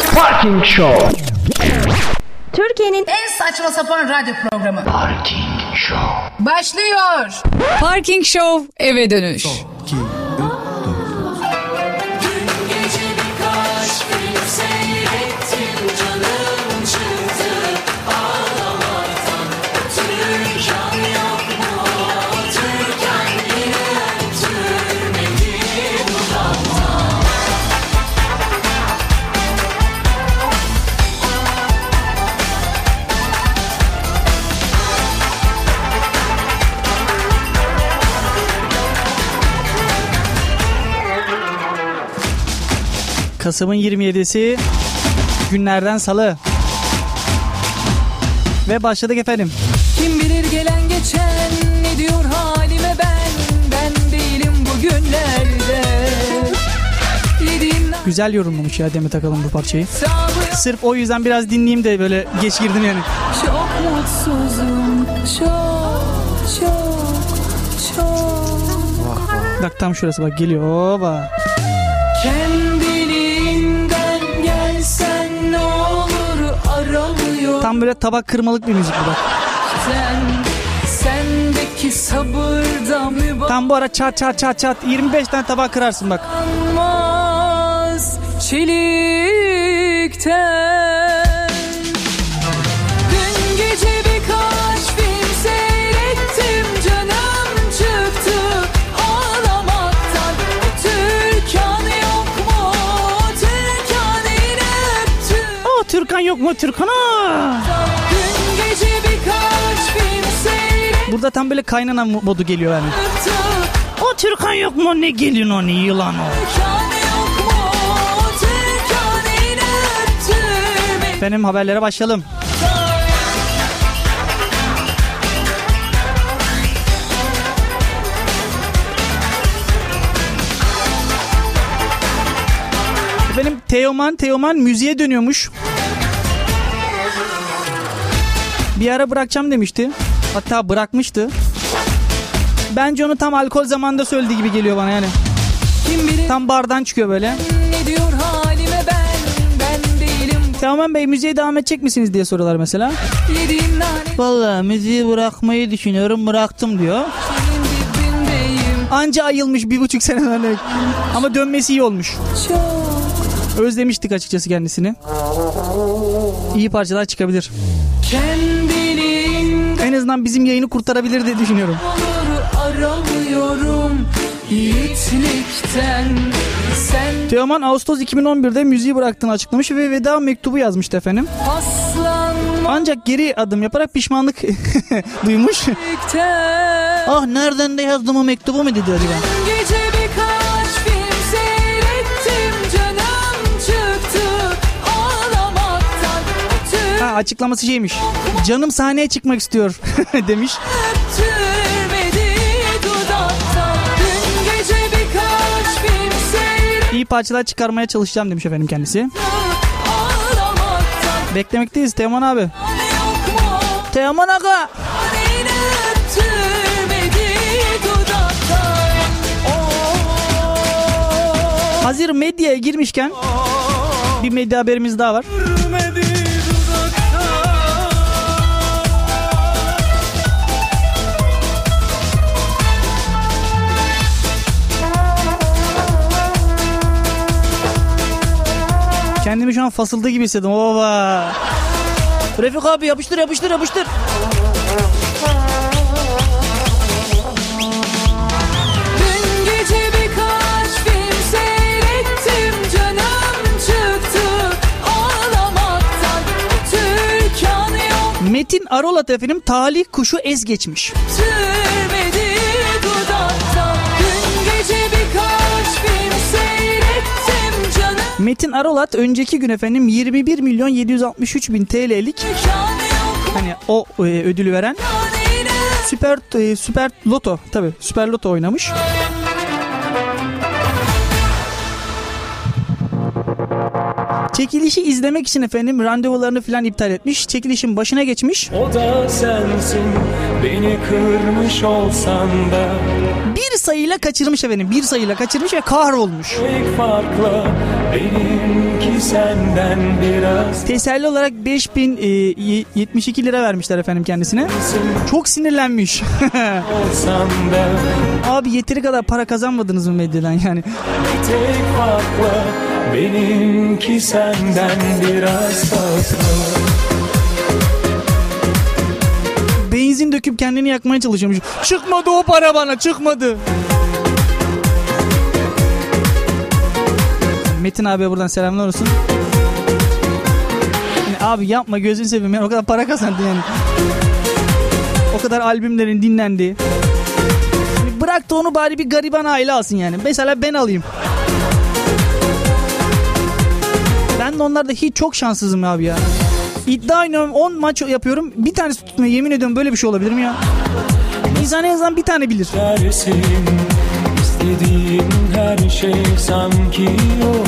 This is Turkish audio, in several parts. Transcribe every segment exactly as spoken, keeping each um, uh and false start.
Parking Show. Türkiye'nin en saçma sapan radyo programı. Parking Show. Başlıyor. Parking Show eve dönüş. Kasım'ın yirmi yedisi günlerden salı. Ve başladık efendim. Kim bilir gelen geçen ne diyor halime ben. Ben değilim bugünlerde. Yediğim... Güzel yorumlamış ya Demet Akalın bu parçayı. Sırf o yüzden biraz dinleyeyim de böyle geç girdim yani. Çok mutsuzum. Çok çok çok. Bak tam şurası bak geliyor. Oba. Kendiliğinden gelsen ne olur aramıyor. Tam böyle tabak kırmalık bir müzik bu bak. Sen, sendeki sabırda mübah. Tam bu ara çat çat çat çat yirmi beş tane tabak kırarsın bak. Çelikten. Dün gece birkaç film seyrettim, canım çıktı ağlamaktan. O Türkan yok mu? Türkan inöptü. O Türkan yok mu Türkan? Dün gece birkaç film seyrettim. Burada tam böyle kaynana modu geliyor yani. O Türkan yok mu, ne geliyor o, ne yılan o. Efendim haberlere başlayalım. Efendim Teoman Teoman müziğe dönüyormuş. Bir ara bırakacağım demişti. Hatta bırakmıştı. Bence onu tam alkol zamanında söylediği gibi geliyor bana yani. Tam bardan çıkıyor böyle. Ne diyor halime ben, ben değilim. Teoman Bey müziğe devam edecek misiniz diye soruyorlar mesela. Vallahi müziği bırakmayı düşünüyorum, bıraktım diyor. Anca ayılmış bir buçuk senelerle. Ama dönmesi iyi olmuş. Çok. Özlemiştik açıkçası kendisini. İyi parçalar çıkabilir. En azından bizim yayını kurtarabilir diye düşünüyorum. Aramıyorum yiğitlikten. Sen Teoman Ağustos iki bin on birde müziği bıraktığını açıklamış ve veda mektubu yazmıştı efendim. paslanma Ancak geri adım yaparak pişmanlık duymuş. yiğitlikten. Ah nereden de yazdım o mektubu mu dedi acaba? Gece birkaç film seyrettim, canım çıktı ağlamaktan. Tüm Ha, açıklaması şeymiş. Canım sahneye çıkmak istiyor demiş. öptürmedi dudaktan. Dün gece birkaç film seyrettim, İyi parçalar çıkarmaya çalışacağım demiş efendim kendisi. ağlamaktan. Beklemekteyiz Teoman abi. Yok mu? Teoman aga. Beni öptürmedi dudaktan. Hazır medyaya girmişken bir medya haberimiz daha var. Kendimi şu an fasıldığı gibi hissettim. Baba. Refik abi yapıştır yapıştır yapıştır. Dün gece birkaç film seyrettim, canım çıktı ağlamaktan. Türkan yok Metin Arolat efendim talih kuşu ez geçmiş. türmedi dudaktan. Dün gece birkaç film seyrettim, canım Metin Arolat önceki gün efendim yirmi bir milyon yedi yüz altmış üç bin T L'lik Türkan yok. hani o e, ödülü veren Süper e, Süper Loto tabii Süper Loto oynamış. Çekilişi izlemek için efendim randevularını falan iptal etmiş. Çekilişin başına geçmiş. O da sensin, beni kırmış olsan da. bir sayıyla kaçırmış efendim. Bir sayıyla kaçırmış ve kahrolmuş. Tek farkla benimki senden biraz. Teselli olarak beş bin yetmiş iki lira vermişler efendim kendisine. Çok sinirlenmiş. Olsam da Abi yeteri kadar para kazanmadınız mı medyadan yani? tek farkla benimki senden biraz fazla. Benzin döküp kendini yakmaya çalışıyormuş. Çıkmadı o para bana, çıkmadı. Metin abiye buradan selamlar olsun. Yani abi yapma gözünü seveyim yani, o kadar para kazandı yani. O kadar albümlerin dinlendi. Yani bırak da onu bari bir gariban aile alsın yani. Mesela ben alayım. Ben de onlarda hiç çok şanssızım abi ya. İddia oynuyorum, on maç yapıyorum, bir tanesi tutmuyor, yemin ediyorum böyle bir şey olabilir mi ya? İnsan en azından bir tane bilir. Dersin, istediğin her şey sanki yok.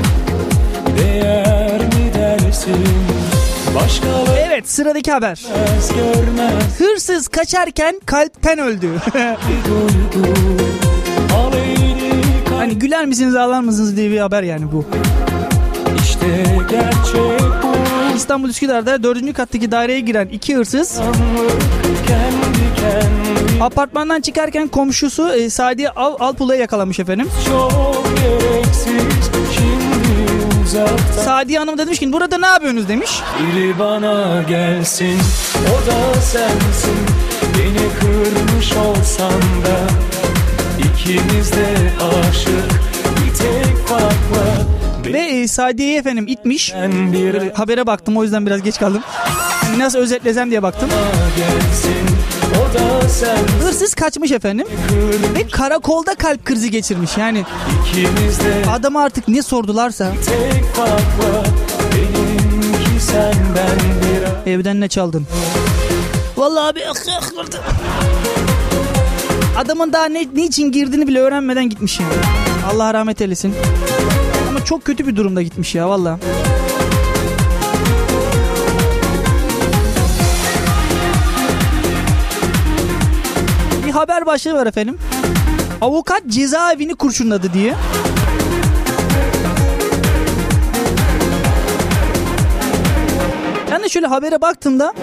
Değer mi dersin? Başkaları Evet, sıradaki haber. görmez Hırsız kaçarken kalpten öldü. bir duygu. Aleyhine Hani güler misiniz ağlar mısınız diye bir haber yani bu. işte gerçek bu. İstanbul Üsküdar'da dördüncü kattaki daireye giren iki hırsız Kendi kendine apartmandan çıkarken komşusu e, Sadiye Al Alpula'yı yakalamış efendim. çok gereksiz. Şimdi uzakta Sadiye Hanım da demiş ki burada ne yapıyorsunuz demiş. biri bana gelsin, o da sensin. Beni kırmış olsan da ikimiz de aşık, bir tek farkla. Ve e, Sadiye'yi efendim itmiş. Ben bir Böyle habere baktım, o yüzden biraz geç kaldım. Yani nasıl özetlesem diye baktım. gelsin, o da sensin. Hırsız kaçmış efendim. Ve karakolda kalp krizi geçirmiş yani. İkimiz de Adama artık ne sordularsa. tek farkla benimki senden biraz. Evden ne çaldın? Vallahi abi adamın daha ne, niçin girdiğini bile öğrenmeden gitmiş yani. Allah rahmet eylesin. Ama çok kötü bir durumda gitmiş ya vallahi. Bir haber başlığı var efendim. Avukat cezaevini kurşunladı diye. Ben de şöyle habere baktığımda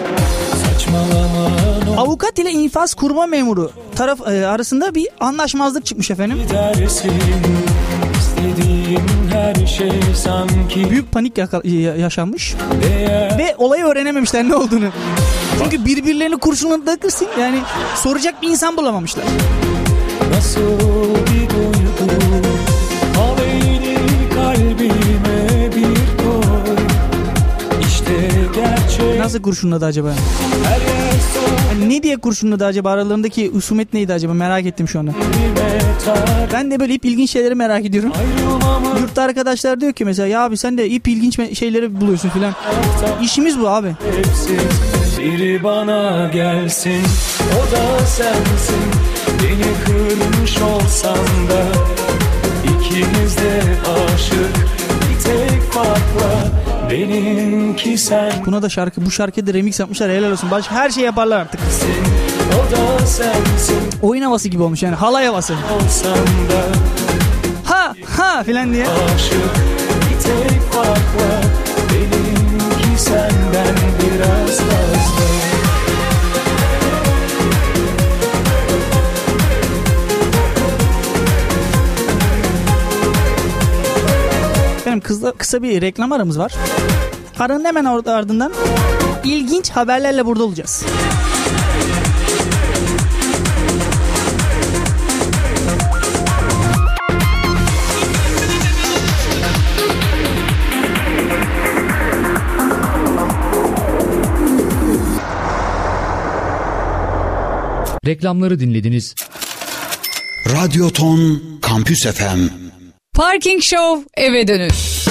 avukat ile infaz kurma memuru taraf e, arasında bir anlaşmazlık çıkmış efendim. Dersin, istediğin her şey sanki Büyük panik yaka- yaşanmış değer. ve olayı öğrenememişler ne olduğunu. Çünkü birbirlerini kurşunladıkça yani soracak bir insan bulamamışlar. Nasıl bir duygu, aleyhine kalbime bir koy. İşte gerçek. Nasıl kurşunladı acaba? Her yer Yani ne diye kurşunladı acaba? Aralarındaki husumet neydi acaba? Merak ettim şu anda. sonime tar. Ben de böyle ip ilginç şeyleri merak ediyorum. Ayrılmamı Yurtta arkadaşlar diyor ki mesela ya abi sen de ip ilginç me- şeyleri buluyorsun filan. İşimiz bu abi. hepsiz. Biri bana gelsin, o da sensin. Beni kırmış olsan da ikimiz de aşık, bir tek farkla benimki sen. Buna da şarkı, bu şarkıya da remix yapmışlar, helal olsun. Başka her şey yaparlar artık. O da sensin, Oyun havası gibi olmuş yani, halay havası. olsan da Ha ha filan diye. aşık, bir tek farkla benimki senden biraz fazla. Benim kızla, kısa bir reklam aramız var. Aranın hemen orada ardından ilginç haberlerle burada olacağız. Reklamları dinlediniz. Radyo Ton Kampüs F M. Parking Show eve dönüş.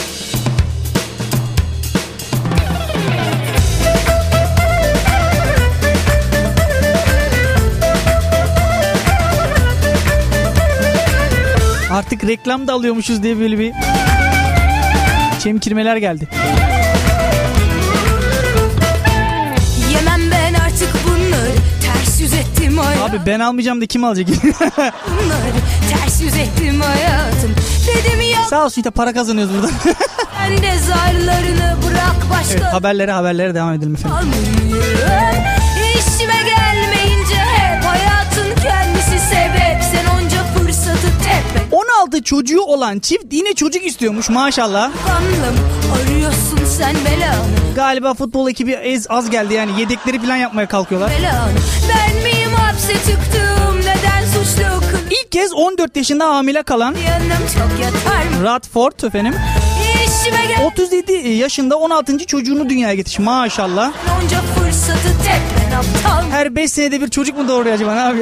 Artık reklam da alıyormuşuz diye böyle bir çemkirmeler geldi. Yemem ben artık bunları, ters yüz yüz ettim hayatım. Abi ben almayacağım da kim alacak? Bunları ters yüz ettim hayatım. Dedim ya. Sağ olsun işte para kazanıyoruz burada. Sen de zarlarını bırak başka. Evet, haberlere haberlere devam edelim efendim. İşime gelmeyince hep hayatın kendisi sebep. Sen onca fırsatı tepe. on altı çocuğu olan çift yine çocuk istiyormuş maşallah. Anlam arıyorsun sen belanı. Galiba futbol ekibi ez, az geldi yani yedekleri falan yapmaya kalkıyorlar. Belanı. Ben miyim hapse tıktım neden suçlu kıl. İlk kez on dört yaşında hamile kalan Yanım çok yatar mı? Radford efendim. İşime gel. otuz yedi yaşında on altıncı çocuğunu dünyaya getirmiş maşallah. Onca fırsatı tek ben aptal. Her beş senede bir çocuk mu doğuruyor acaba ne yapıyor?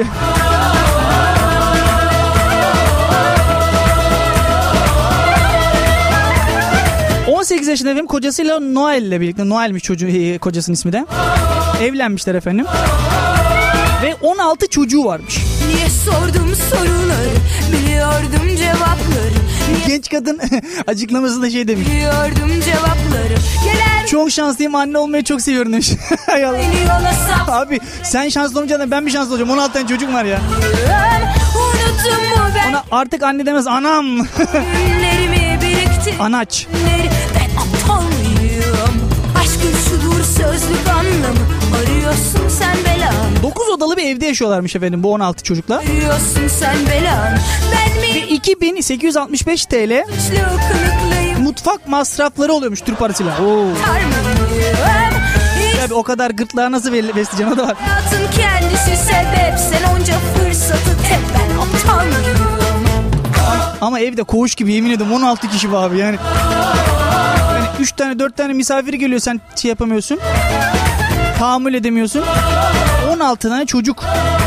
on sekiz yaşında efendim kocasıyla Noel ile birlikte, Noel'miş çocuğu, kocasının ismi de. Evlenmişler efendim. Ve on altı çocuğu varmış. Niye sordum soruları, biliyordum cevapları. Niye Genç kadın açıklamasında şey demiş. biliyordum cevapları. Gelen Çok şanslıyım, anne olmayı çok seviyorum demiş. Hay Allah. beni yola sap. Abi sen şanslı olmayacaksın, ben bir şanslı olacağım. on altı tane çocuk var ya. Unuttun mu ben Ona artık anne demez, anam. günlerimi biriktim. Anaç. Ben aptal mıyım? Aşkın şudur sözlük anlamı. Arıyorsun sen belanı. dokuz odalı bir evde yaşıyorlarmış efendim bu on altı çocukla. Arıyorsun sen belanı. Ben Ve miyim? iki bin sekiz yüz altmış beş TL Suçlu kılıklıyım. mutfak masrafları oluyormuş Türk parasıyla. Oo. Tarmalıyım. Tabii o kadar gırtlağı nasıl be- besleyeceksin, o da var. Hayatın kendisi sebep. Sen onca fırsatı tek ben aptal mıyım? Ama evde koğuş gibi, yemin ediyorum on altı kişi var abi yani. Yani üç tane dört tane misafir geliyor, sen şey yapamıyorsun. Tahammül edemiyorsun. on altı tane çocuk.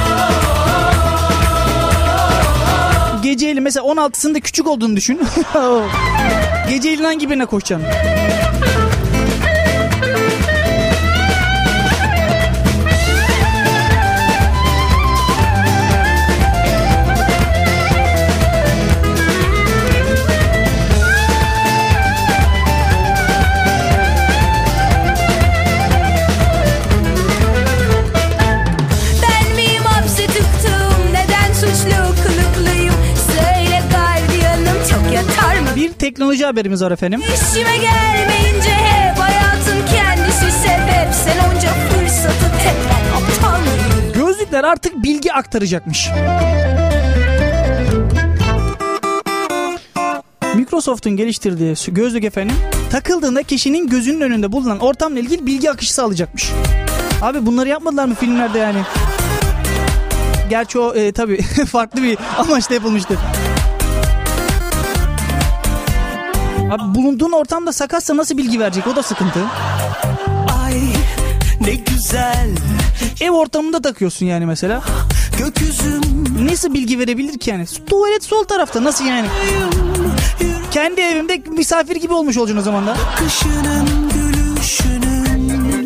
Geceyle mesela on altısında küçük olduğunu düşün. Geceyle hangi birine koşacaksın? Ben miyim hapse tıktım? Neden suçlu kılıklıyım? Söyle gardiyanım çok yatar mı? Bir teknoloji haberimiz var efendim. İşime gelmeyince hep hayatın kendisi sebep. Sen onca fırsatı tek ben aptal mıyım? Gözlükler artık bilgi aktaracakmış. Microsoft'un geliştirdiği gözlük efendim takıldığında kişinin gözünün önünde bulunan ortamla ilgili bilgi akışı sağlayacakmış. Abi bunları yapmadılar mı filmlerde yani? Gerçi o e, tabii farklı bir amaçla yapılmıştır. Abi bulunduğun ortamda sakatsa nasıl bilgi verecek, o da sıkıntı. Ay ne güzel Ev ortamında takıyorsun yani mesela. gökyüzüm. Nasıl bilgi verebilir ki yani? Tuvalet sol tarafta, nasıl yani? Kendi evimde misafir gibi olmuş olacaksın o zaman da. Kışının gülüşünün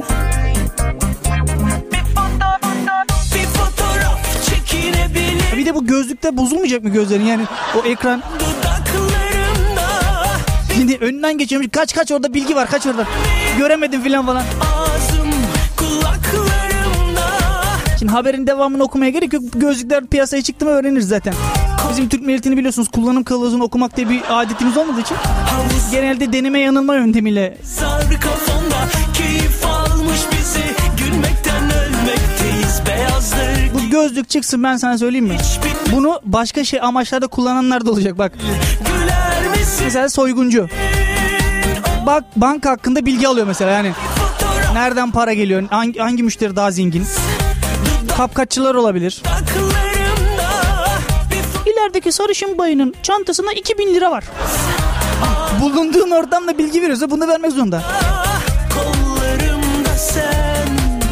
bir fotoğraf çekinebilir. Bir de bu gözlükte bozulmayacak mı gözlerin yani? O ekran Dudaklarımda şimdi önünden geçiyormuş. Kaç kaç orada bilgi var, kaç orada. Göremedim filan falan. ağzım kulaklarımda. Şimdi haberin devamını okumaya gerek yok. Gözlükler piyasaya çıktı mı öğreniriz zaten. Bizim Türk milletini biliyorsunuz, kullanım kılavuzunu okumak diye bir adetimiz olmadığı için Havuz genelde deneme yanılma yöntemiyle. sar kafamda keyif almış bizi. Gülmekten ölmekteyiz beyazdır. Bu gözlük çıksın, ben sana söyleyeyim mi? Bunu başka şey amaçlarda kullananlar da olacak bak. Güler misin? Mesela soyguncu. Bak banka hakkında bilgi alıyor mesela yani. Fotoğraf Nereden para geliyor? Hangi, hangi müşteri daha zengin? Kapkaççılar olabilir. dudaklarımda bir İlerideki sarışın bayının çantasında iki bin lira var. Bulunduğun ortamda bilgi veriyorsa bunu vermek zorunda. kollarımda sen,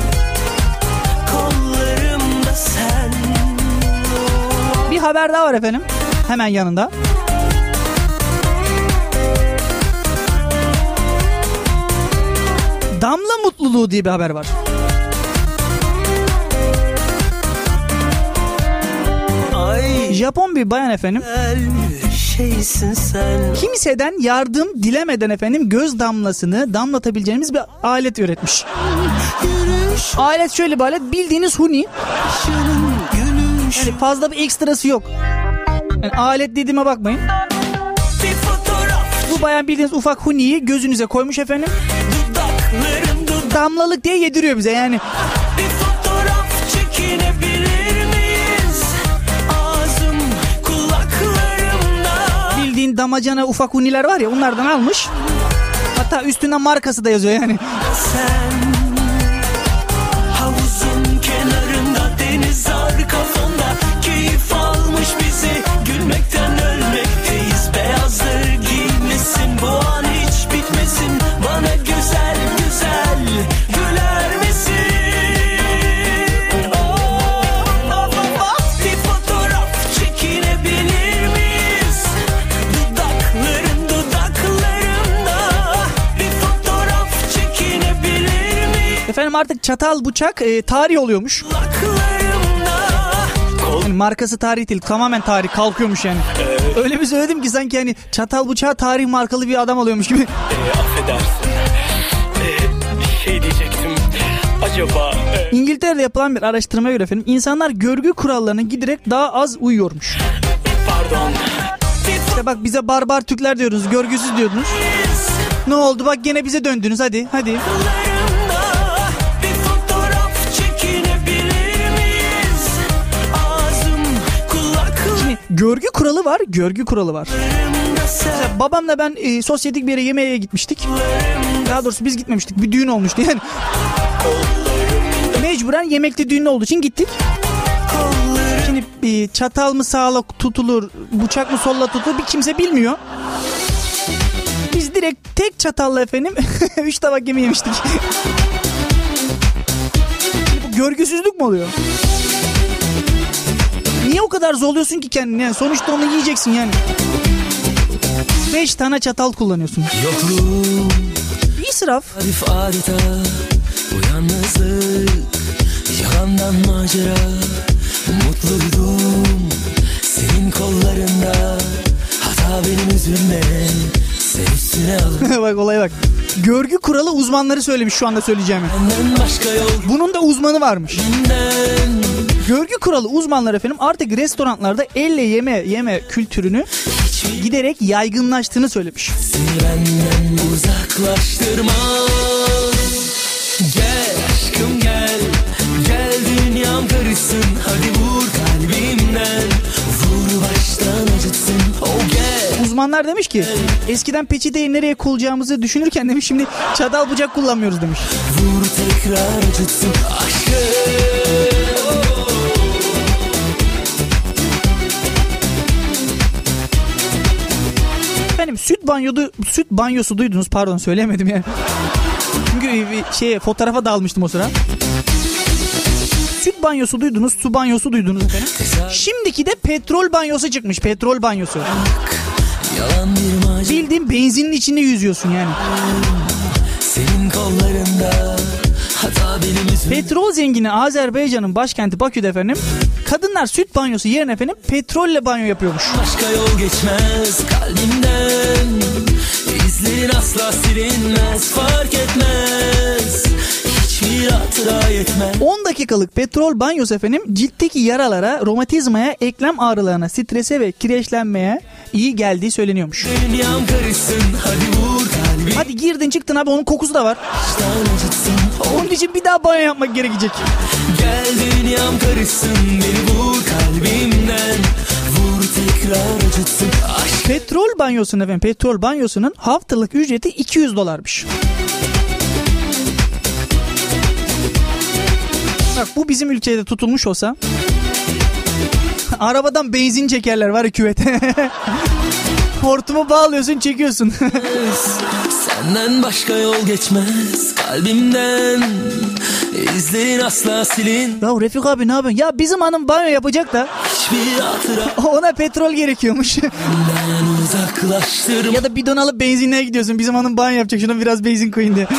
kollarımda sen. Bir haber daha var efendim. Hemen yanında. Damla mutluluğu diye bir haber var. Ay Japon bir bayan efendim. güzel şeysin sen. Kimseden yardım dilemeden efendim göz damlasını damlatabileceğimiz bir alet üretmiş. Yürü Alet şöyle bir alet, bildiğiniz huni. Yani fazla bir ekstrası yok. Yani alet dediğime bakmayın. Bu bayan bildiğiniz ufak huniyi gözünüze koymuş efendim. Damlalık diye yediriyor bize yani. Bir fotoğraf çekinebilir miyiz? Ağzım kulaklarımda. Bildiğin damacana ufak huniler var ya, onlardan almış. Hatta üstünden markası da yazıyor yani. Sen havuzun kenarında, deniz arkamda, keyif almış bizi, gülmekten ölmekteyiz. Beyazları giymişsin, bu an hiç bitmesin. Bana güzel güzel güler misin? Oh, oh, oh, oh. Bir fotoğraf çekinebilir miyiz? Dudakların dudaklarımda. Bir fotoğraf çekinebilir miyiz? Efendim artık çatal bıçak e, tarih oluyormuş. Yani markası tarih değil, tamamen tarih kalkıyormuş yani. Ee, Öyle bir söyledim ki sanki hani çatal bıçağı tarih markalı bir adam oluyormuş gibi. E, affedersin. E, şey diyecektim. Acaba... E... İngiltere'de yapılan bir araştırmaya göre efendim, insanlar görgü kurallarına giderek daha az uyuyormuş. Pardon. İşte bak, bize barbar Türkler diyoruz, görgüsüz diyordunuz. Ne oldu bak, gene bize döndünüz, hadi hadi. Görgü kuralı var, görgü kuralı var. Mesela babamla ben e, sosyetik bir yere yemeğe gitmiştik. Daha doğrusu biz gitmemiştik, bir düğün olmuştu yani. Mecburen yemekli düğün olduğu için gittik. Şimdi e, çatal mı sağla tutulur, bıçak mı solla tutulur, bir kimse bilmiyor. Biz direkt tek çatalla efendim üç tabak yemeği yemiştik. Bu görgüsüzlük mü oluyor? Niye o kadar zorluyorsun ki kendini? Yani sonuçta onu yiyeceksin yani. Beş tane çatal kullanıyorsun. Yokluğum, İsraf. Arif adeta, bu yalnızlık, yalandan macera. Mutluydum senin kollarında. Hata benim, üzülme, sen üstüne al. Bak olaya bak. Görgü kuralı uzmanları söylemiş şu anda söyleyeceğimi. Başka yol. Bunun da uzmanı varmış. Benden. Görgü kuralı uzmanlar efendim artık restoranlarda elle yeme yeme kültürünü giderek yaygınlaştığını söylemiş. Seni benden uzaklaştırma. Gel aşkım gel, gel dünyam karışsın. Hadi vur kalbimden, vur baştan acıtsın. Oh gel. Uzmanlar demiş ki eskiden peçeteyi nereye koyacağımızı düşünürken demiş, şimdi çatal bıçak kullanmıyoruz demiş. Vur tekrar acıtsın aşkım. Efendim süt banyodu, süt banyosu duydunuz, pardon söyleyemedim yani. Çünkü şey fotoğrafa dalmıştım o sıra. Süt banyosu duydunuz, su banyosu duydunuz efendim. Şimdiki de petrol banyosu çıkmış, petrol banyosu. Bildiğin benzinin içinde yüzüyorsun yani. Senin kollarında, hata benim üzüm. Petrol zengini Azerbaycan'ın başkenti Bakü'de efendim, kadınlar süt banyosu yerine efendim petrolle banyo yapıyormuş. Başka yol geçmez kalbimden, izlerin asla silinmez, fark etmez, hiçbir hatıra yetmez. on dakikalık petrol banyosu efendim ciltteki yaralara, romatizmaya, eklem ağrılarına, strese ve kireçlenmeye iyi geldiği söyleniyormuş. Dünyam karışsın, hadi vur kalbim. Hadi girdin çıktın abi, onun kokusu da var. Onun için bir daha banyo yapmak gerekecek. Gel dünyam karışsın, beni vur kalbimden, vur tekrar acıtsın aşk. Petrol banyosunun efendim, petrol banyosunun haftalık ücreti iki yüz dolarmış. Bak bu bizim ülkede tutulmuş olsa arabadan benzin çekerler var ya, küvete. Hortumu bağlıyorsun, çekiyorsun. Senden başka yol geçmez kalbimden, izlerin asla silin. Ya Refik abi ne yapıyorsun? Ya bizim hanım banyo yapacak da hiçbir hatıra, ona petrol gerekiyormuş. uzaklaştırma. Ya da bidon alıp benzinliğe gidiyorsun, bizim hanım banyo yapacak, şuna biraz benzin koyun diye.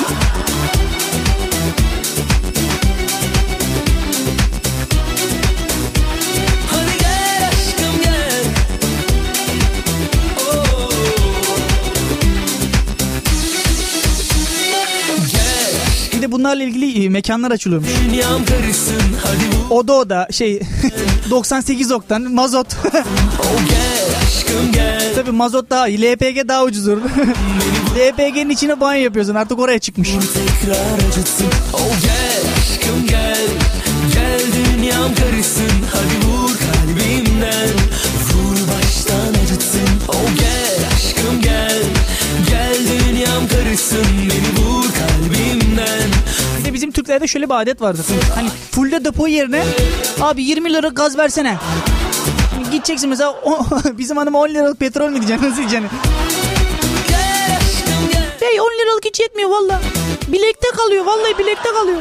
de bunlarla ilgili mekanlar açılıyormuş. Dünyam karışsın hadi vur. Oda oda şey doksan sekiz oktan mazot. Oh gel aşkım gel. Tabii mazot daha iyi. L P G daha ucuzdur. L P G'nin içine banyo yapıyorsun. Artık oraya çıkmış. Tekrar acıtsın. Oh gel aşkım gel. Gel dünyam karışsın. Hadi vur kalbimden. Vur baştan acıtsın. Oh gel aşkım gel. Gel dünyam karışsın. Beni vur kalbimden. Bir de bizim Türklerde şöyle bir adet vardır. Hani fulle depo yerine abi yirmi lira gaz versene. Gideceksin mesela o, bizim hanıma on liralık petrol mü diyeceksin? Nasıl diyeceksin? Bey on liralık hiç yetmiyor valla. Bilekte kalıyor vallahi bilekte kalıyor.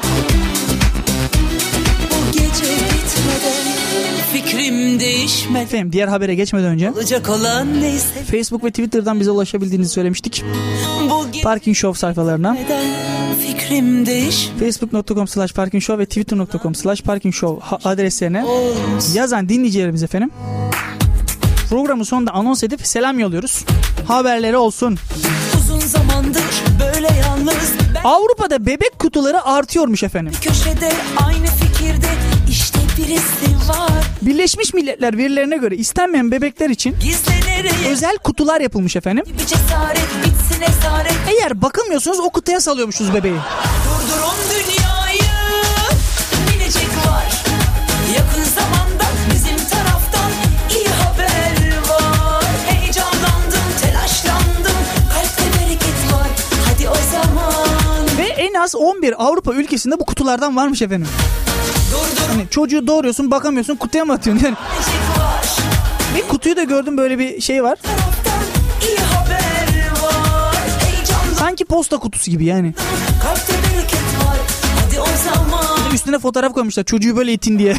Bu gece bitmeden fikrim değişmedi. Efendim diğer habere geçmeden önce Olacak olan neyse. Facebook ve Twitter'dan bize ulaşabildiğinizi söylemiştik. Parking Show sayfalarına. Fikrim değişmedi. facebook nokta com slash parking show ve twitter nokta com slash parking show adreslerine yazan dinleyicilerimiz efendim. Programın sonunda anons edip selam yolluyoruz. Haberleri olsun. Uzun zamandır böyle yalnız. Ben Avrupa'da bebek kutuları artıyormuş efendim. köşede aynı fikirde işte birisi var. Birleşmiş Milletler verilerine göre istenmeyen bebekler için Gizlenerek özel kutular yapılmış efendim. bir cesaret bitsin esaret. Eğer bakılmıyorsunuz o kutuya salıyormuşuz bebeği. Durdurun dünyayı. Bilecek var. Yakın zamanda bizim taraftan iyi haber var. Heyecanlandım, telaşlandım. Kalpte bereket var. Hadi o zaman. Ve en az on bir Avrupa ülkesinde bu kutulardan varmış efendim. Durdurun Hani çocuğu doğuruyorsun bakamıyorsun kutuya mı atıyorsun yani. bilecek var. Ve kutuyu da gördüm böyle bir şey var. Taraftan iyi haber var. Heyecanlandım. Sanki posta kutusu gibi yani. Kalpte bereket var. Hadi o zaman. Üstüne fotoğraf koymuşlar çocuğu böyle itin diye.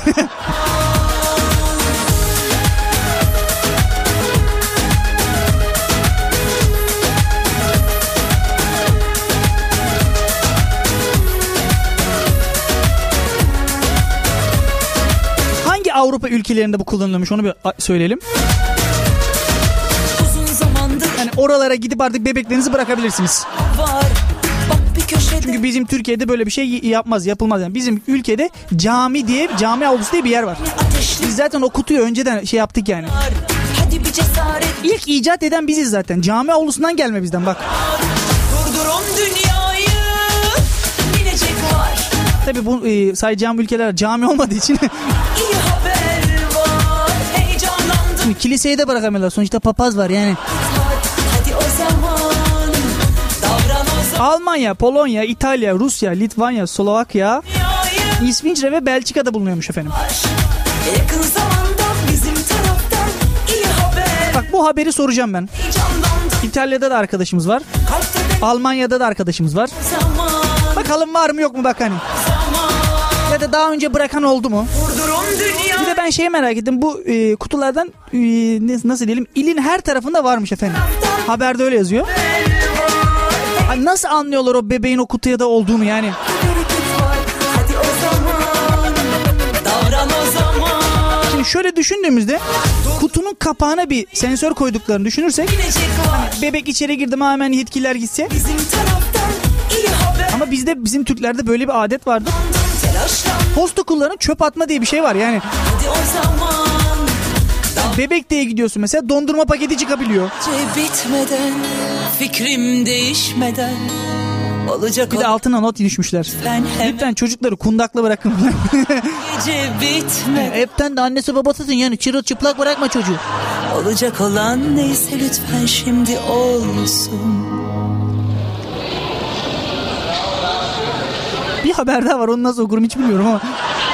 Hangi Avrupa ülkelerinde bu kullanılmış onu bir söyleyelim. Uzun zamandır Yani oralara gidip artık bebeklerinizi bırakabilirsiniz. var. Bak bir köşede. Çünkü bizim Türkiye'de böyle bir şey yapmaz, yapılmaz. Yani bizim ülkede cami diye, cami avlusu diye bir yer var. Ateşli Biz zaten o kutuyu önceden şey yaptık yani. var. Hadi bir cesaret. İlk icat eden biziz zaten. Cami avlusundan gelme bizden bak. Durdurun dünyayı. Bilecek var. Tabii bu e, sayacağım ülkeler cami olmadığı için İyi haber var. Heyecanlandım. kiliseye de bırakamıyorlar. Sonuçta papaz var yani. Hadi o zaman. Davran o zaman. Almanya, Polonya, İtalya, Rusya, Litvanya, Slovakya, Dünyayı İsviçre ve Belçika'da bulunuyormuş efendim. yakın zamanda bizim taraftan iyi haber. Bak bu haberi soracağım ben. Heyecanlandım. İtalya'da da arkadaşımız var. Kalpte de Almanya'da da arkadaşımız var. zaman. Bakalım var mı yok mu bak hani. Zaman. Ya da daha önce bırakan oldu mu? Durdurun dünya. Bir de ben şeyi merak ettim. Bu e, kutulardan e, nasıl diyelim ilin her tarafında varmış efendim. Haberde öyle yazıyor. Hani nasıl anlıyorlar o bebeğin o kutuya da olduğunu yani? Bereket var. Hadi o zaman. Davran o zaman. Şimdi şöyle düşündüğümüzde kutunun kapağına bir sensör koyduklarını düşünürsek Bilecek var. bebek içeri girdi mi hemen yetkililer gitse. Bizim taraftan iyi haber. Ama bizde bizim Türklerde böyle bir adet vardı. Telaşlandım. Posta kullanın çöp atma diye bir şey var yani. Hadi o zaman. Bebek diye gidiyorsun mesela dondurma paketi çıkabiliyor. Gece bitmeden. Fikrim değişmeden. Olacak Bir de altına not düşmüşler. Ben hemen Lütfen çocukları kundakla bırakın. gece bitmeden. Hepten de annesi babasısın yani çırılçıplak bırakma çocuğu. Olacak olan neyse lütfen şimdi olsun. Bir haber daha var onu nasıl okurum hiç bilmiyorum ama.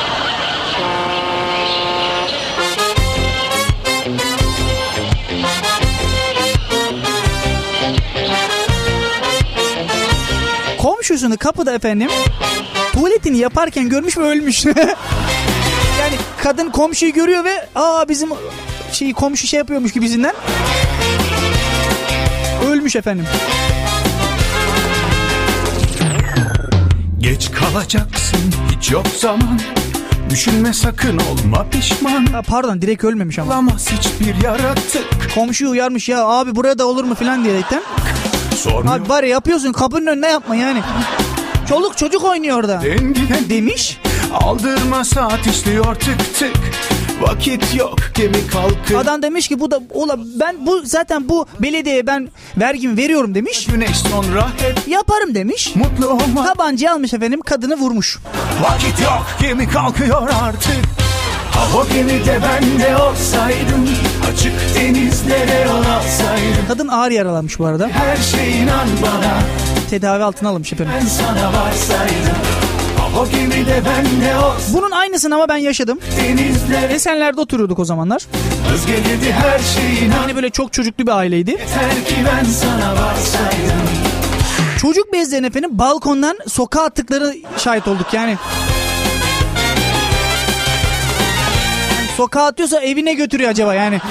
Komşusunu kapıda efendim tuvaletini yaparken görmüş ve ölmüş. Yani kadın komşuyu görüyor ve aa bizim şey komşu şey yapıyormuş gibisinden ölmüş efendim. Geç kalacaksın hiç yok zaman. Düşünme sakın olma pişman. Ha, pardon direkt ölmemiş ama. Olamaz hiçbir yaratık. Komşuyu uyarmış ya abi burada olur mu filan diyerekten. Sormuyor. Abi bari yapıyorsun kapının önüne yapma yani. Çoluk çocuk oynuyor orada. Dengine Demiş. aldırma saat işliyor tık tık. Vakit yok gemi kalkıyor. Adam demiş ki bu da ola ben bu zaten bu belediyeye ben vergimi veriyorum demiş. Güneş sonra hep Yaparım demiş. mutlu olmak. Tabancayı almış efendim, kadını vurmuş. Vakit yok gemi kalkıyor artık. Ha o gemide ben de olsaydım, açık denizlere yol alsaydım. Kadın ağır yaralanmış bu arada. Her şey inan bana, Tedavi altına alınmış efendim. ben sana varsaydım. Ha o gemide ben de olsaydım. Bunun aynısını ama ben yaşadım. Denizlere Esenler'de oturuyorduk o zamanlar. hız gelirdi, her şey inan. Hani böyle çok çocuklu bir aileydi. Yeter ki ben sana varsaydım. Çocuk bezlerini efendim balkondan sokağa attıkları şahit olduk yani. Sokağa atıyorsa evine götürüyor acaba yani.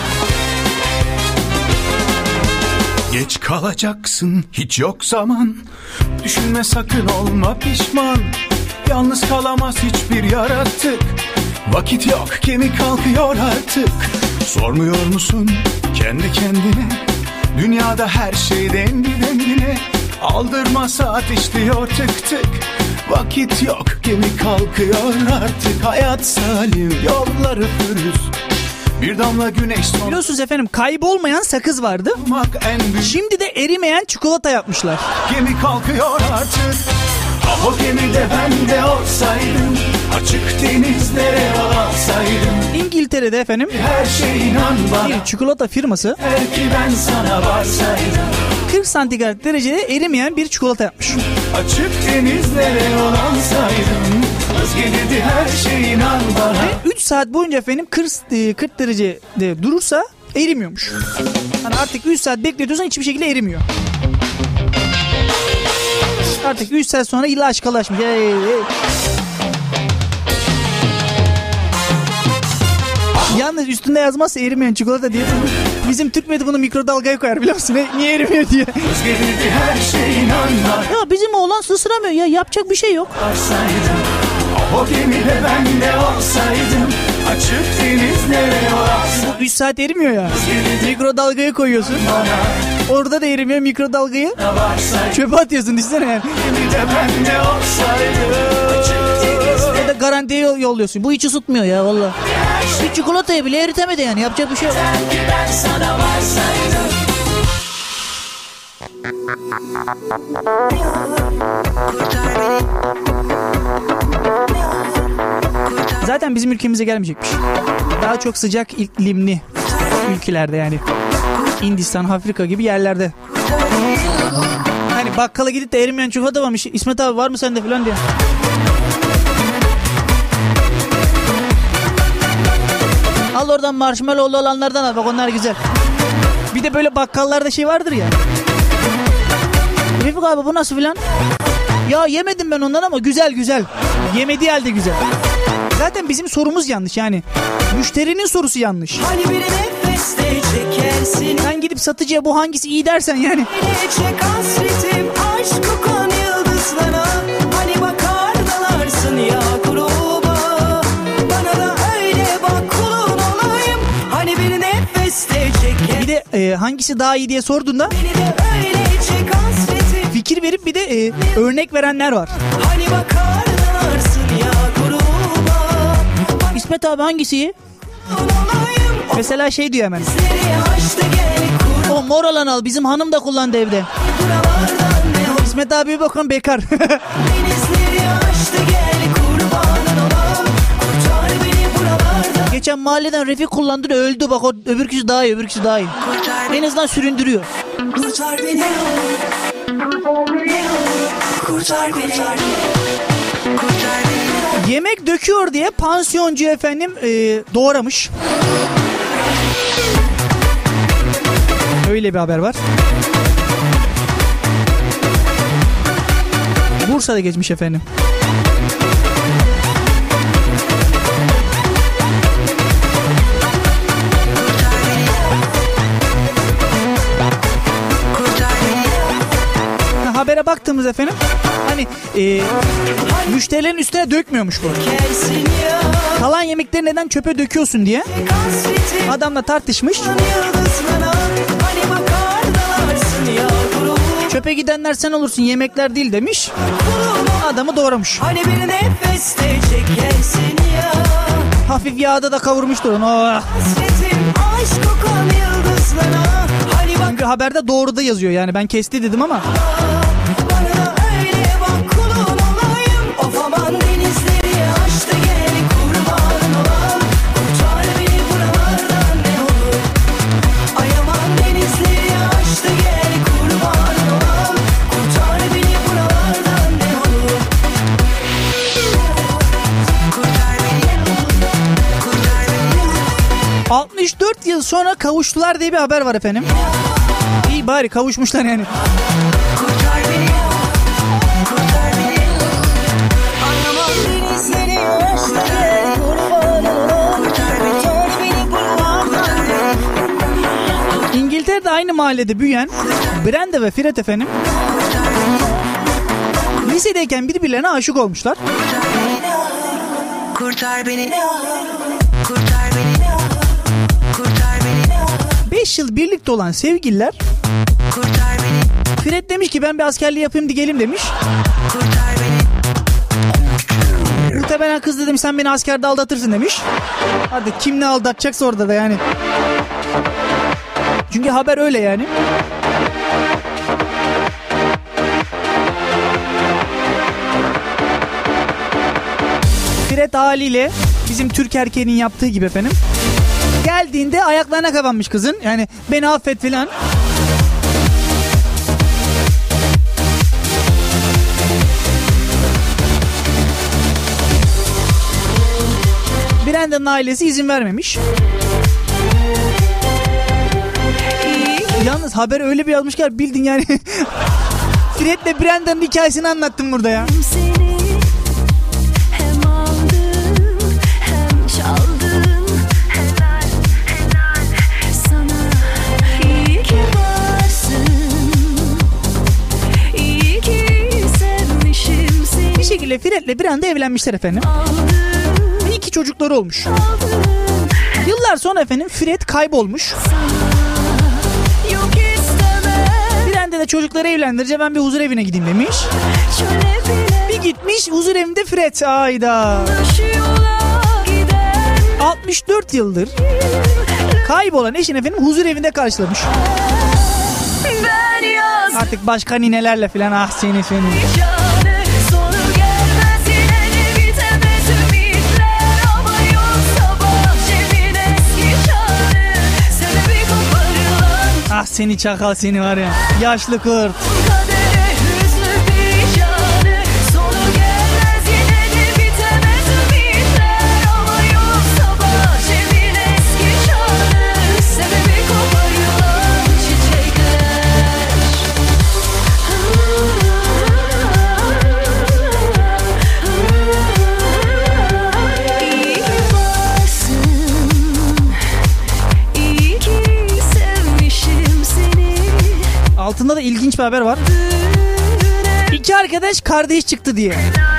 Geç kalacaksın, hiç yok zaman. Düşünme sakın, olma pişman. Yalnız kalamaz hiçbir yaratık. Vakit yok, gemi kalkıyor artık. Sormuyor musun kendi kendine? Dünyada her şey dengi dengine. Aldırma saat işliyor tık tık. Vakit yok, gemi kalkıyor artık. Hayat salim, yolları pürüz. Bir damla güneş son. Biliyorsunuz efendim, kaybolmayan sakız vardı. En büyük Şimdi de erimeyen çikolata yapmışlar. gemi kalkıyor artık. Ah o gemide ben de olsaydım, açık denizlere yol alsaydım. İngiltere'de efendim Her şey inan bana, bir çikolata firması belki ben sana varsaydım. kırk santigrat derecede erimeyen bir çikolata yapmış. Açık denizlere yol alsaydım, hız gelirdi, her şey inan bana. üç saat boyunca efendim kırk, kırk derecede durursa erimiyormuş. Yani artık üç saat bekletiyorsan hiçbir şekilde erimiyor. Artık üç saat sonra ilaç kalaşmış. Hey, hey. Yalnız üstünde yazmazsa erimeyen çikolata diye. Bizim Türk milleti bunu mikrodalgaya koyar, biliyor musun? Ne, niye erimiyor diye. Hız gelirdi, her şey inan bana. Ya bizim oğlan ısıramıyor ya, yapacak bir şey yok. Varsaydım, ah o gemide ben de olsaydım, açık denizlere yol alsaydım. üç saat erimiyor ya. Mikrodalgaya koyuyorsun. Orada da erimiyor, mikrodalgayı çöpe atıyorsun, düşünsene yani. Gemide ben de olsaydım, açık denizlere. Ya da garantiye yol- yolluyorsun. Bu hiç ısıtmıyor ya valla. Bir çikolatayı bile eritemedi yani, yapacak bir şey yok. Ben sana varsaydım. Zaten bizim ülkemize gelmeyecekmiş. Daha çok sıcak iklimli ülkelerde yani. Hindistan, Afrika gibi yerlerde. Hani bakkala gidip de erimeyen çikolata varmış. İsmet abi var mı sende falan diye. Al oradan marshmallowlu olanlardan al. Bak onlar güzel. Bir de böyle bakkallarda şey vardır ya. Refik abi bu nasıl filan? Ya yemedim ben ondan ama güzel güzel. Yemediği halde güzel. Zaten bizim sorumuz yanlış yani. Müşterinin sorusu yanlış. Hani bir nefeste çekersin. Sen gidip satıcıya bu hangisi iyi dersen yani. Gelecek hasretim aşk kokan yıldızlara. Hani bakar dalarsın ya gruba. Bana da öyle bak kulun olayım. Hani bir nefeste çeker. Bir de e, hangisi daha iyi diye sorduğunda Beni de öyle çek hasretim. fikir verip bir de e, örnek verenler var. Hani bakar dalarsın ya gruba. İsmet abi hangisi iyi? Olayım. Mesela şey diyor hemen. Nereye açtı gel kur. O mor olan al, bizim hanım da kullandı evde. Buralardan ne İsmet abi bakın bekar. denizleri açtı gel kurbanın olam. Kurtar beni buralardan. Geçen mahalleden Refik kullandı da öldü, bak o öbür kişi daha iyi, öbür kişi daha iyi. En azından süründürüyor. Kurtar beni. Kurtar beni. Kurtar beni. Yemek döküyor diye pansiyoncu efendim e, doğramış. Öyle bir haber var. Bursa'da geçmiş efendim. Ha, habere baktığımız efendim hani e, müşterilerin üstüne dökmüyormuş bu. Gelsin ya. Kalan yemekleri neden çöpe döküyorsun diye Hasretim adamla tartışmış. yıldızlara. Hani bakar dalarsın ya gruba. Çöpe gidenler sen olursun, yemekler değil demiş. adamı doğramış. Hani bir nefeste çekersin ya. Hafif yağda da kavurmuştur onu. Oh. Hasretim aşk kokan yıldızlara. Hani bak Çünkü haberde doğru da yazıyor yani ben kesti dedim ama. bana öyle bak kulun olayım. Of aman denizleri aştı gel kurban olam. Kurtar beni buralardan ne olur. Ay aman denizleri aştı gel kurban olam. Kurtar beni buralardan ne olur. Kurtar beni, kurtar beni. altmış dört yıl sonra kavuştular diye bir haber var efendim. İyi bari kavuşmuşlar yani. Kurtar beni, kurtar beni. Anlamam denizleri aştı gel kurban olam. Kurtar beni, kurtar beni buralardan ne olur. İngiltere'de aynı mahallede büyüyen Brenda ve Fred efendim lisedeyken birbirlerine aşık olmuşlar. Kurtar beni, kurtar beni, kurtar beni, beş yıl birlikte olan sevgililer kurtar beni, Fred demiş ki ben bir askerliği yapayım diyelim demiş. kurtar beni. Muhtemelen kız da demiş sen beni askerde aldatırsın demiş. Hadi kim ne aldatacaksa orada da yani. Çünkü haber öyle yani. Fred haliyle bizim Türk erkeğinin yaptığı gibi efendim. Geldiğinde ayaklarına kapanmış kızın. Yani beni affet filan. Brenda'nın ailesi izin vermemiş. Yalnız haber öyle bir yazmış ki bildin yani. Fred'le Brenda'nın hikayesini anlattım burada ya. Seni hem aldın hem çaldın. Helal helal sana. İyi ki varsın. İyi ki sevmişim seni. Bir şekilde Fred'le Brenda evlenmişler efendim. Ve iki çocukları olmuş. Yıllar sonra efendim Fred kaybolmuş. Yok istemem. Brenda de çocukları evlendirince ben bir huzur evine gideyim demiş. Şöyle bile Bir gitmiş huzur evinde Fred. Ayda. şu yola giden. altmış dört yıldır kaybolan eşin efendim huzur evinde karşılamış. Ben yazdım. Artık başka ninelerle filan ah seni seni. Şanı sonu gelmez yine de bitemez ümitler. Ama yok sabah cebin eski şanı. Sebebi koparılan Ah seni çakal seni var ya. Yaşlı kurt. kadere hüznü perişanı. Sonu gelmez yine de bitemez ümitler. Ama yok sabah cebin eski şanı. Sebebi koparılan çiçekler. İyi ki varsın. İyi ki sevmişim seni. Altında da ilginç bir haber var. İki arkadaş kardeş çıktı diye.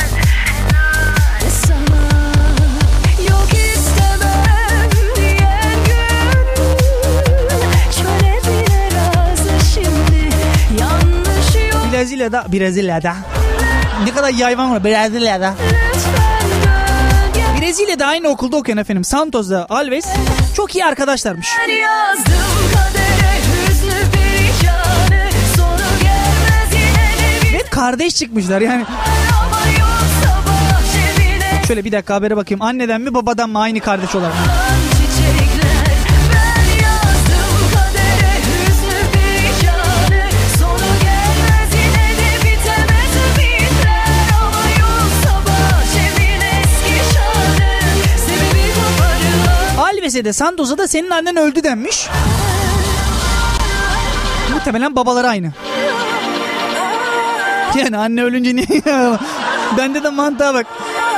Sana yok istemem diyen gün çöle bile razı şimdi. Yanlış yok Brezilya'da, Brezilya'da. Ne kadar yayvan var Brezilya'da. lütfen dön gel. Brezilya'da aynı okulda okuyan efendim Santos'la Alves çok iyi arkadaşlarmış. Ben yazdım kadere hüznü perişanı. Sonu gelmez yine de Ve kardeş çıkmışlar yani. ama yok sabah cebine Şöyle bir dakika habere bakayım. Anneden mi babadan mı aynı kardeş olarak mı? çiçekler. Ben yazdım kadere hüznü perişanı. Sonu gelmez yine de bitemez ümitler. Ama yok sabah cebin eski şanı. Sebebi koparılan Alves'e de Santos'a da senin annen öldü denmiş. Muhtemelen babaları aynı. Yani anne ölünce niye? Bende de mantığa bak.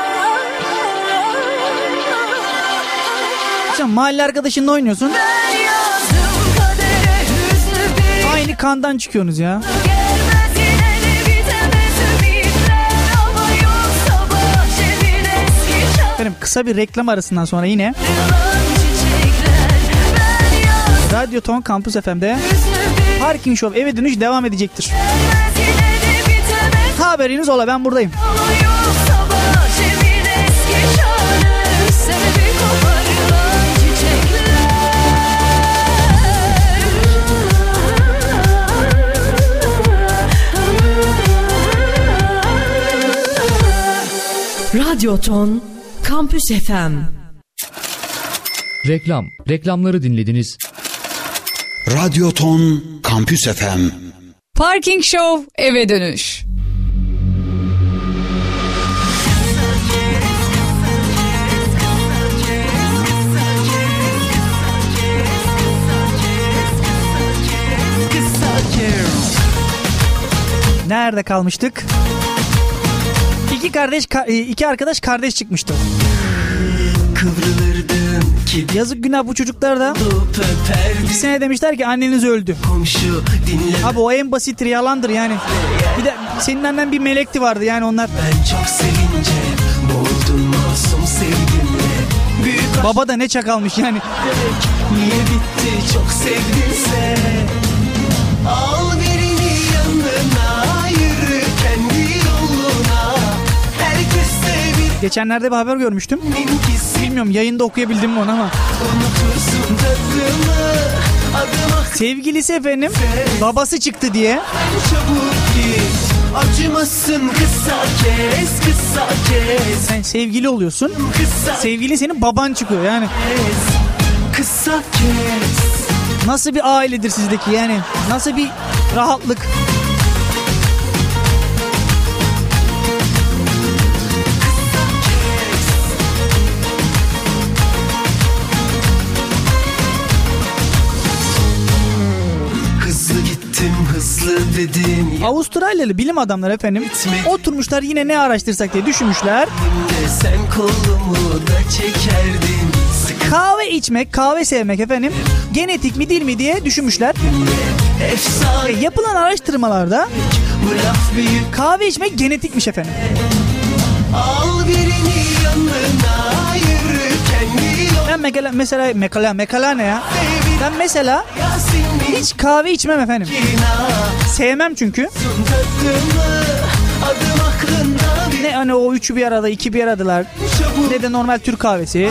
Sen mahalle arkadaşınla oynuyorsun. ben yazdım kadere hüznü perişanı. Aynı kandan çıkıyorsunuz ya. Gelmez yine de bitemez ümitler. Ama yok sabah cebin eski şanı. Efendim kısa bir reklam arasından sonra yine Çiçekler. Ben yazdım Radyo Ton Campus F M'de hüznü perişanı. Parking Show eve dönüş devam edecektir. Gelmez yine de bitemez Ha Haberiniz ola, ben buradayım. Radyo Ton Kampüs F M. Reklam. Reklamları dinlediniz. Radyo Ton Kampüs F M. Parking Show eve dönüş. Nerede kalmıştık? İki kardeş, iki arkadaş kardeş çıkmıştı. Yazık günah bu çocuklar da. İki sene demişler ki anneniz öldü. Abi o en basit yalandır yani. Bir de senin annen bir melekti vardı yani onlar. Ben çok sevince boğuldum masum sevgimle. Büyük baba da ne çakalmış yani. Niye bitti çok sevdinse. Al birini yanına, yürü kendi yoluna. Herkes bir... Geçenlerde bir haber görmüştüm. Bilmiyorum yayında okuyabildim mi onu ama. Sevgilisi efendim babası çıktı diye. Acımasın kısa kes, kısa kes. Sen sevgili oluyorsun. Sevgili senin baban çıkıyor yani. Kısa kes. Nasıl bir ailedir sizdeki yani? Nasıl bir rahatlık? Hızlı dedim. Avustralyalı bilim adamları efendim oturmuşlar yine ne araştırsak diye düşünmüşler. Sen kolumu da çekerdin. Kahve içmek, kahve sevmek efendim genetik mi değil mi diye düşünmüşler. Ve yapılan araştırmalarda kahve içmek genetikmiş efendim. Al birini yanına, yürü kendi yoluna. Ben mesela mesela mekala mekala ne ya? Ben mesela hiç kahve içmem efendim. Sevmem çünkü. Ne hani o üçü bir arada, iki bir aradalar. Ne de normal Türk kahvesi.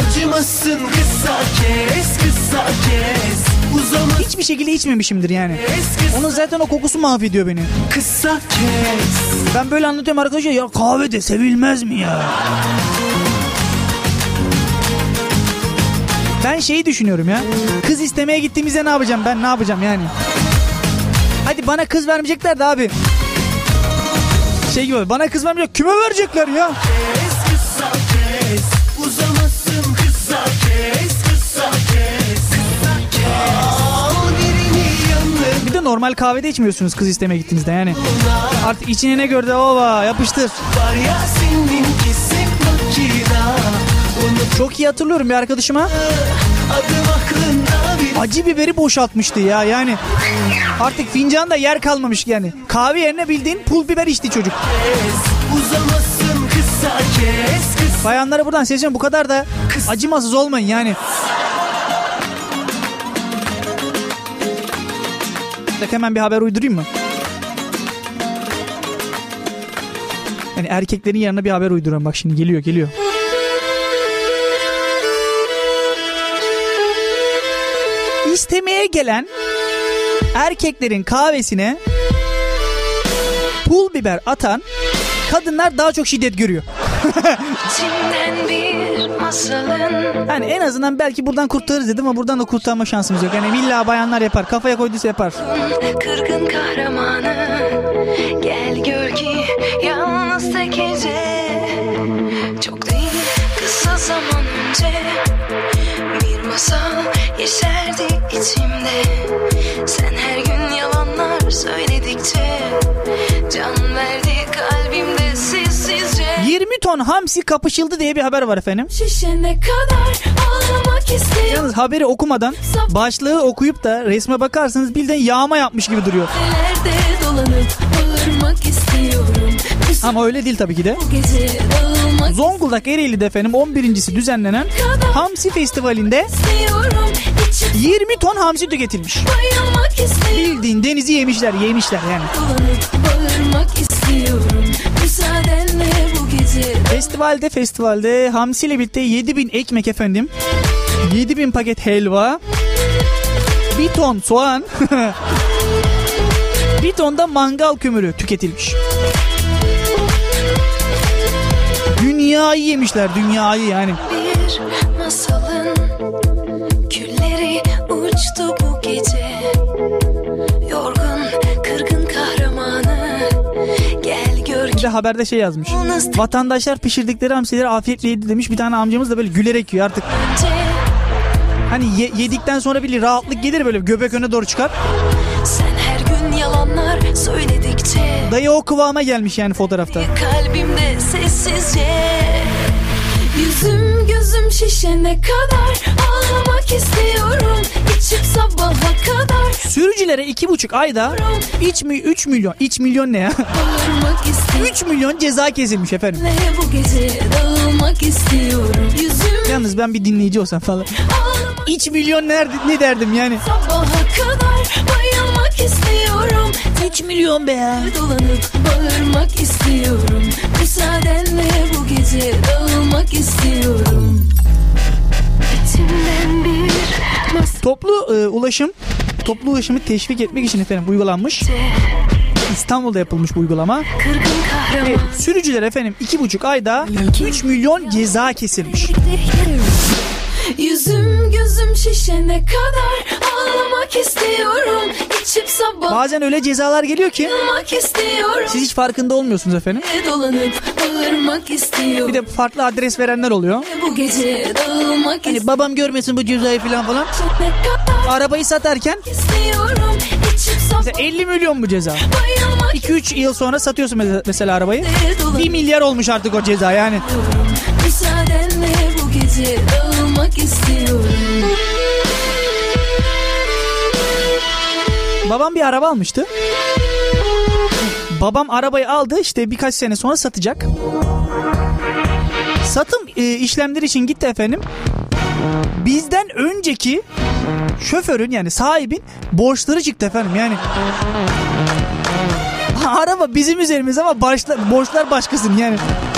Hiçbir şekilde içmemişimdir yani. Onun zaten o kokusu mahvediyor beni. Ben böyle anlatıyorum arkadaşlar, ya kahve de sevilmez mi ya? Ben şeyi düşünüyorum ya. Kız istemeye gittiğimizde ne yapacağım ben, ne yapacağım yani? Hadi bana kız vermeyecekler de abi. Şey gibi bana kız vermeyecek, kime verecekler ya? Kes, kısa kes, uzamasın kısa kes, kısa kes, kısa kes. Al birini yanına. Bir de normal kahvede içmiyorsunuz kız istemeye gittiğinizde yani. Artık içine ne gördü ova yapıştır. Var ya senin kesin makina. Çok iyi hatırlıyorum bir arkadaşıma acı biberi boşaltmıştı ya yani artık fincanda yer kalmamış yani kahve yerine bildiğin pul biber içti çocuk. Bayanlara buradan sesleniyorum, bu kadar da acımasız olmayın yani. Hemen bir haber uydurayım mı? Yani erkeklerin yanına bir haber uyduruyorum, bak şimdi geliyor geliyor. İstemeye gelen erkeklerin kahvesine pul biber atan kadınlar daha çok şiddet görüyor. Yani en azından belki buradan kurtarırız dedim ama buradan da kurtarma şansımız yok. Yani illa bayanlar yapar, kafaya koyduysa yapar. Kırgın kahramanı gel gör ki yalnız tek gece çok değil kısa zaman önce bir masal yeşerdi içimde. Sen her gün yalanlar söyledikçe can verdi kalbimde sessizce. yirmi ton hamsi kapışıldı diye bir haber var efendim. Şişene kadar ağlamak istiyorum. Yalnız haberi okumadan başlığı okuyup da resme bakarsanız bildiğin yağma yapmış gibi duruyor. Dolanıp bağırmak istiyorum. Ama öyle değil tabii ki de. Zonguldak Ereğli'de efendim on birincisi düzenlenen Hamsi Festivali'nde yirmi ton hamsi tüketilmiş. Bildiğin denizi yemişler, yemişler yani. Müsaadenle bu gece. Festivalde festivalde Hamsi ile birlikte yedi bin ekmek efendim. yedi bin paket helva. Bir ton soğan. Bir ton da mangal kömürü tüketilmiş. Dünyayı yemişler, dünyayı yani. Bir masalın külleri uçtu bu gece. Yorgun, kırgın kahramanı gel gör. Bir de haberde şey yazmış. Vatandaşlar pişirdikleri hamsileri afiyetle yedi demiş. Bir tane amcamız da böyle gülerek yiyor artık. Hani ye- yedikten sonra bir rahatlık gelir, böyle göbek öne doğru çıkar. Sen her gün yalanlar söyledikçe Dayı o kıvama gelmiş yani fotoğrafta. kalbimde sessizce. Yüzüm gözüm şişene kadar ağlamak istiyorum. İçip sabaha kadar. Sürücülere iki buçuk ayda iç mi üç milyon, iç milyon ne ya? üç milyon ceza kesilmiş efendim. Ne bu gece dağılmak istiyorum. Yüzüm Yalnız ben bir dinleyici olsam falan. İç milyon nerede, ne derdim yani? sabaha kadar bayılmak istiyorum. üç milyon be ya. Dolanıp bağırmak istiyorum. Müsaadenle bu gece dağılmak istiyorum. İçimden bir mas- Toplu e, ulaşım, toplu ulaşımı teşvik etmek için efendim uygulanmış. İstanbul'da yapılmış bu uygulama. kırgın kahraman. Evet, sürücüler efendim iki buçuk ayda üç milyon ceza kesilmiş. Yüzüm gözüm şişene kadar ağlamak istiyorum. İçip sabah Bazen öyle cezalar geliyor ki bayılmak istiyorum. siz hiç farkında olmuyorsunuz efendim. Dolanıp bağırmak istiyorum. Bir de farklı adres verenler oluyor. Bu gece dağılmak Hani babam görmesin bu cezayı falan falan. istene kadar Arabayı satarken istiyorum. İçip sabah mesela elli milyon bu ceza. bayılmak iki üç yıl sonra satıyorsun mesela- mesela arabayı. istiyorum. bir milyar olmuş artık o ceza yani. Müsaadenle bu gece dağılmak istiyorum. Babam bir araba almıştı. Babam arabayı aldı, işte birkaç sene sonra satacak. Satım e, işlemleri için gitti efendim. Bizden önceki şoförün, yani sahibin borçları çıktı efendim yani. Araba bizim üzerimize ama başla, borçlar başkasının yani.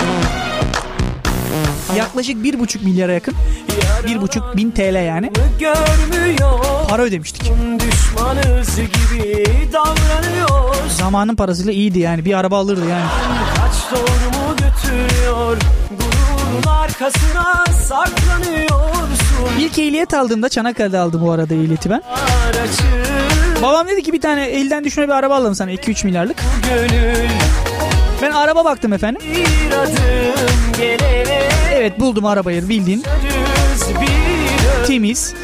Yaklaşık bir buçuk milyara yakın. Bir buçuk bin T L yani. Para ödemiştik. Düşmanız gibi davranıyor. Zamanın parasıyla iyiydi yani. Bir araba alırdı yani. Kaç doğru mu götürüyor? Gururun arkasına saklanıyorsun. İlk ehliyet aldığımda Çanakkale'de aldım bu arada ehliyeti ben. Babam dedi ki bir tane elden düşme bir araba alalım sana, iki üç milyarlık. Gönül Ben araba baktım efendim. bir adım gelene Evet, buldum arabayı bildiğin. düz bir Temiz.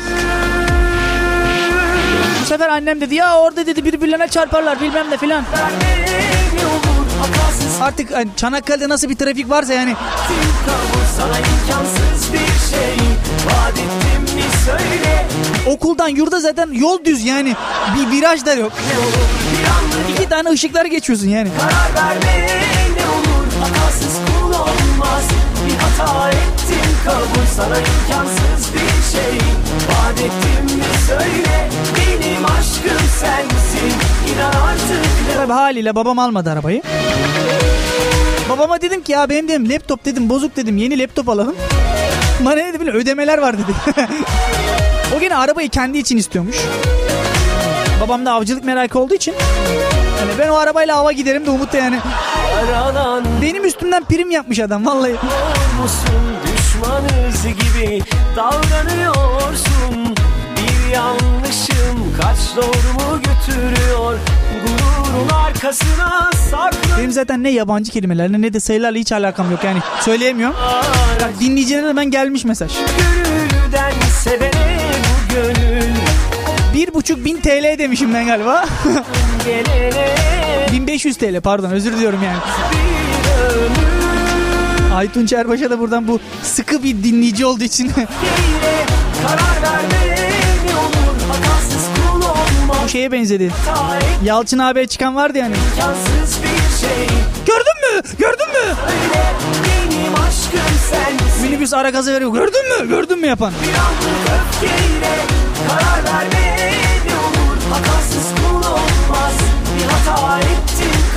Bu sefer annem dedi ya orada dedi birbirlerine çarparlar bilmem ne filan. ne olur hatasız Artık hani Çanakkale'de nasıl bir trafik varsa yani. kabul sana imkansız bir şey. Vaat ettim mi söyle. Okuldan yurda zaten yol düz yani. Bir viraj da yok. İki tane ışıklar geçiyorsun yani. Karar verme ne olur hatasız kul olmaz. Bir hata ettim kabul sana imkansız bir şey. Vaat ettim mi söyle. Benim aşkım sensin. İnan artık. Tabii haliyle babam almadı arabayı. Babama dedim ki ya benim dedim laptop dedim bozuk dedim, yeni laptop alalım. Bana ne dedi, ödemeler var dedi. O gene arabayı kendi için istiyormuş. Babam da avcılık merakı olduğu için. Yani ben o arabayla hava giderim de Umut da yani. Aranan Benim üstümden prim yapmış adam vallahi. musun düşmanız gibi davranıyorsun. Bir yanlışım kaç doğru mu götürüyor. Gururun arkasına saklı. Benim zaten ne yabancı kelimelerle ne de sayılarla hiç alakam yok yani. Söyleyemiyorum. Bak, dinleyicilere hemen gelmiş mesaj. Gönülden sevene bu gönül. Bir buçuk bin T L demişim ben galiba. Gelene bin beş yüz T L pardon, özür diliyorum yani. bir ömür. Aytunç Erbaş'a da buradan, bu sıkı bir dinleyici olduğu için Karar verme ne olur hatasız kul olmaz. bu şeye benzedi. Yalçın abiye çıkan vardı yani. İmkansız bir şey. Gördün mü? Gördün mü? Öyle benim aşkım sensin. Minibüs ara gazı veriyor. Gördün mü? Gördün mü yapan? Bir anlık öfkeyle karar verme ne olur hatasız kul olmaz. Bir hata ettim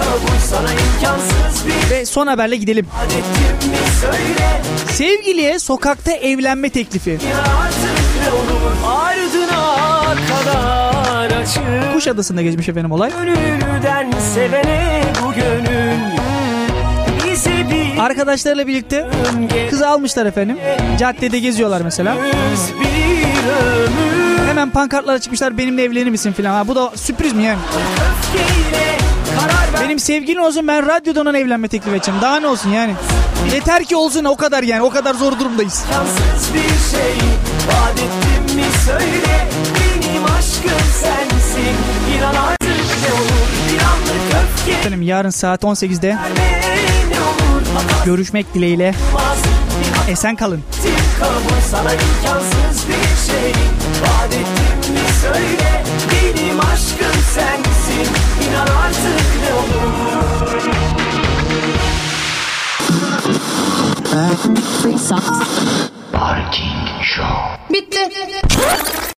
kabul sana imkansız bir Ve son haberle gidelim. adettim mi söyle. Sevgiliye sokakta evlenme teklifi. Ya artık ne olur ardına kadar açık. Kuşadası'nda geçmiş efendim olay. Gönülden sevene bu gönül bize bir Arkadaşlarıyla birlikte kızı almışlar efendim. Caddede geziyorlar mesela. bir ömür. Hemen pankartlara çıkmışlar, benimle evlenir misin filan. Ha, bu da sürpriz mi yani? Öfkeyle karar ver. Benim sevgilim olsun, ben radyodan ona evlenme teklif edeceğim. Daha ne olsun yani? Yeter ki olsun, o kadar yani. O kadar zor durumdayız. İmkansız bir şey vaat ettim mi söyle. Benim aşkım sensin. İnan artık ne olur bir anlık öfke. Efendim yarın saat on sekizde Ne olur hata görüşmek dileğiyle. olmaz. Bir Esen kalın. adettim kabul sana imkansız bir şey vaat ettim mi söyle. Benim aşkım sensin. İnan artık ne olur. Bitti.